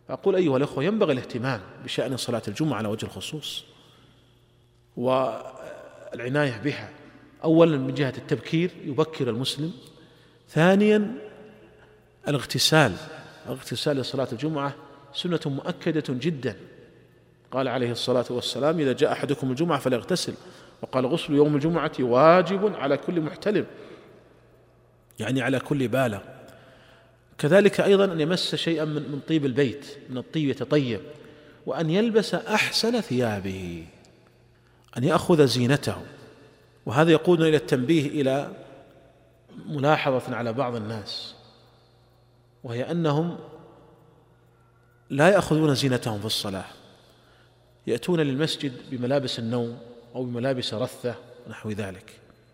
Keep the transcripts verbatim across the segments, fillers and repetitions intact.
فأقول أيها الأخوة، ينبغي الاهتمام بشأن صلاة الجمعة على وجه الخصوص والعناية بها. أولا من جهة التبكير، يبكر المسلم. ثانيا الاغتسال، الاغتسال لصلاة الجمعة سنة مؤكدة جدا. قال عليه الصلاة والسلام: إذا جاء أحدكم الجمعة فليغتسل. وقال: غسل يوم الجمعة واجب على كل محتلم، يعني على كل بالغ. كذلك أيضا أن يمس شيئا من طيب البيت، من الطيب يتطيب، وأن يلبس أحسن ثيابه، أن يأخذ زينته. وهذا يقودنا إلى التنبيه إلى ملاحظة على بعض الناس، وهي أنهم لا يأخذون زينتهم في الصلاة، يأتون للمسجد بملابس النوم أو بملابس رثة ونحو ذلك.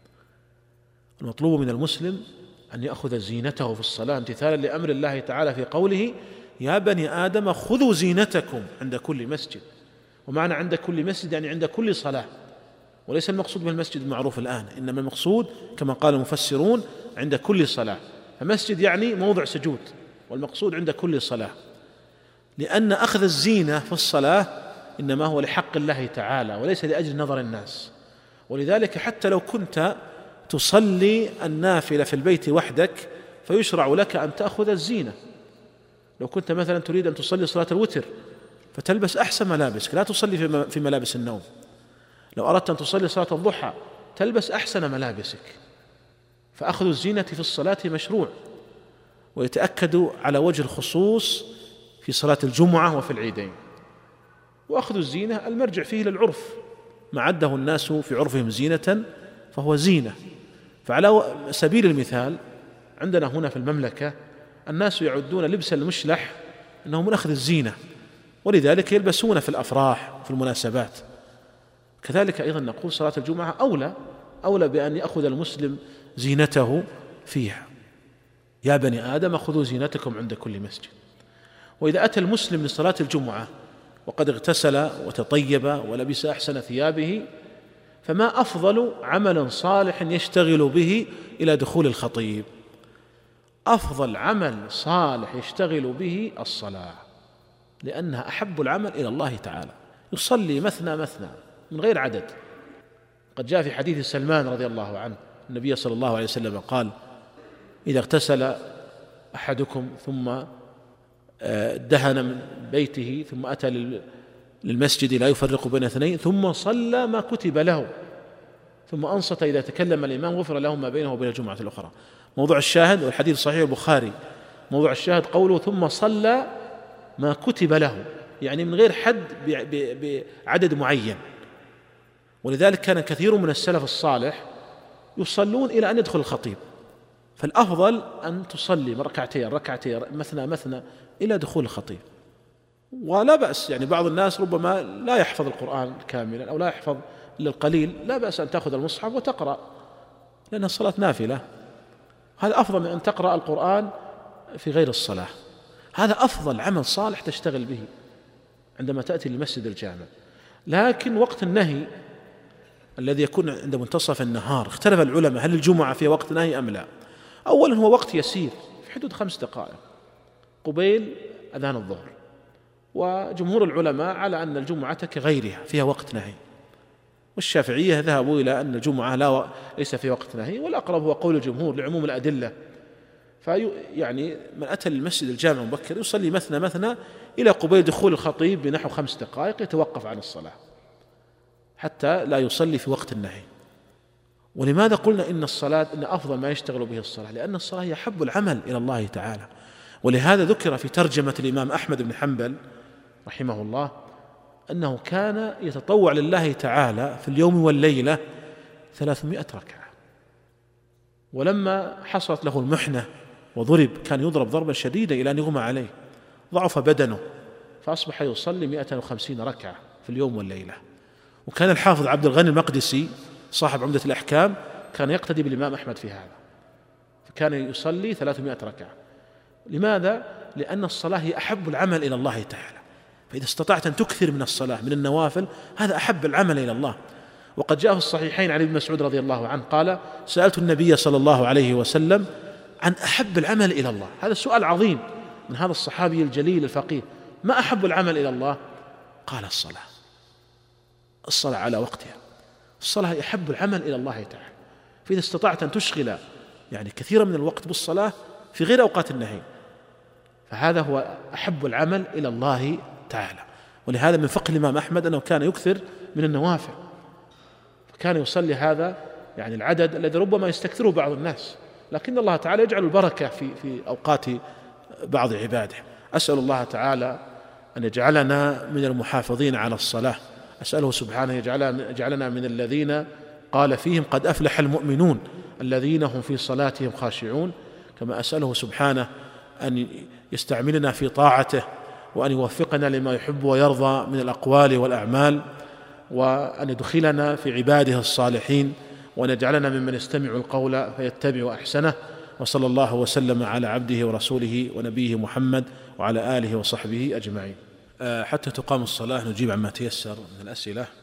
المطلوب من المسلم أن يأخذ زينته في الصلاة امتثالا لأمر الله تعالى في قوله: يا بني آدم خذوا زينتكم عند كل مسجد. ومعنى عند كل مسجد يعني عند كل صلاة، وليس المقصود بالمسجد المعروف الآن، إنما المقصود كما قال المفسرون عند كل صلاة. فمسجد يعني موضع سجود، والمقصود عند كل صلاة، لأن أخذ الزينة في الصلاة إنما هو لحق الله تعالى وليس لأجل نظر الناس. ولذلك حتى لو كنت تصلي النافلة في البيت وحدك فيشرع لك أن تأخذ الزينة. لو كنت مثلا تريد أن تصلي صلاة الوتر فتلبس أحسن ملابسك، لا تصلي في ملابس النوم. لو أردت أن تصلي صلاة الضحى تلبس أحسن ملابسك. فأخذ الزينة في الصلاة مشروع، ويتأكد على وجه الخصوص في صلاة الجمعة وفي العيدين. وأخذ الزينة المرجع فيه للعرف، ما عده الناس في عرفهم زينة فهو زينة. فعلى سبيل المثال عندنا هنا في المملكة الناس يعدون لبس المشلح أنه من أخذ الزينة، ولذلك يلبسون في الأفراح في المناسبات. كذلك أيضا نقول صلاة الجمعة أولى أولى بأن يأخذ المسلم زينته فيها. يا بني آدم خذوا زينتكم عند كل مسجد. وإذا أتى المسلم لصلاة الجمعة وقد اغتسل وتطيب ولبس أحسن ثيابه، فما أفضل عمل صالح يشتغل به إلى دخول الخطيب؟ أفضل عمل صالح يشتغل به الصلاة، لأنها أحب العمل إلى الله تعالى. يصلي مثنى مثنى من غير عدد. قد جاء في حديث سلمان رضي الله عنه النبي صلى الله عليه وسلم قال: إذا اغتسل أحدكم ثم دهن من بيته ثم أتى للمسجد لا يفرق بين اثنين ثم صلى ما كتب له ثم أنصت إذا تكلم الإمام غفر له ما بينه وبين الجمعة الأخرى. موضوع الشاهد، والحديث صحيح البخاري، موضوع الشاهد قوله ثم صلى ما كتب له، يعني من غير حد بعدد معين. ولذلك كان كثير من السلف الصالح يصلون إلى أن يدخل الخطيب، فالأفضل أن تصلي ركعتين ركعتين مثنى مثنى إلى دخول الخطيب. ولا بأس، يعني بعض الناس ربما لا يحفظ القرآن كاملا أو لا يحفظ إلا القليل، لا بأس أن تأخذ المصحف وتقرأ، لأن الصلاة نافلة. هذا أفضل من أن تقرأ القرآن في غير الصلاة. هذا أفضل عمل صالح تشتغل به عندما تأتي للمسجد الجامع. لكن وقت النهي الذي يكون عند منتصف النهار اختلف العلماء هل الجمعة في وقت نهي أم لا. أولا هو وقت يسير في حدود خمس دقائق قبيل أذان الظهر، وجمهور العلماء على أن الجمعة كغيرها فيها وقت نهي، والشافعية ذهبوا إلى أن الجمعة لا و... ليس في وقت نهي، والأقرب هو قول الجمهور لعموم الأدلة. في يعني من أتى للمسجد الجامع مبكر يصلي مثنى مثنى إلى قبيل دخول الخطيب بنحو خمس دقائق يتوقف عن الصلاة حتى لا يصلي في وقت النهي. ولماذا قلنا إن الصلاة إن أفضل ما يشتغل به الصلاة؟ لأن الصلاة هي أحب العمل إلى الله تعالى. ولهذا ذكر في ترجمة الإمام أحمد بن حنبل رحمه الله أنه كان يتطوع لله تعالى في اليوم والليلة ثلاثمائة ركعة، ولما حصلت له المحنة وضرب كان يضرب ضربا شديدا إلى أن يغمى عليه، ضعف بدنه فأصبح يصلي مائة وخمسين ركعة في اليوم والليلة. وكان الحافظ عبد الغني المقدسي صاحب عمدة الأحكام كان يقتدي بالإمام أحمد في هذا، فكان يصلي ثلاثمائة ركعة. لماذا؟ لأن الصلاة هي أحب العمل إلى الله تعالى، فإذا استطعت أن تكثر من الصلاة من النوافل هذا أحب العمل إلى الله. وقد جاء في الصحيحين عن ابن مسعود رضي الله عنه قال: سألت النبي صلى الله عليه وسلم عن أحب العمل إلى الله. هذا السؤال عظيم من هذا الصحابي الجليل الفقيه، ما أحب العمل إلى الله؟ قال الصلاة. الصلاة على وقتها، الصلاة يحب العمل إلى الله تعالى. فإذا استطعت أن تشغل يعني كثيرا من الوقت بالصلاة في غير أوقات النهي فهذا هو أحب العمل إلى الله تعالى. ولهذا من فقه الإمام أحمد أنه كان يكثر من النوافل، فكان يصلي هذا يعني العدد الذي ربما يستكثره بعض الناس، لكن الله تعالى يجعل البركة في في أوقات بعض عباده. أسأل الله تعالى أن يجعلنا من المحافظين على الصلاة، أسأله سبحانه يجعلنا من الذين قال فيهم قد أفلح المؤمنون الذين هم في صلاتهم خاشعون، كما أسأله سبحانه أن يستعملنا في طاعته وأن يوفقنا لما يحب ويرضى من الأقوال والأعمال، وأن يدخلنا في عباده الصالحين، وأن يجعلنا ممن يستمع القول فيتبع أحسنه. وصلى الله وسلم على عبده ورسوله ونبيه محمد وعلى آله وصحبه أجمعين. حتى تقام الصلاة نجيب عما تيسر من الأسئلة.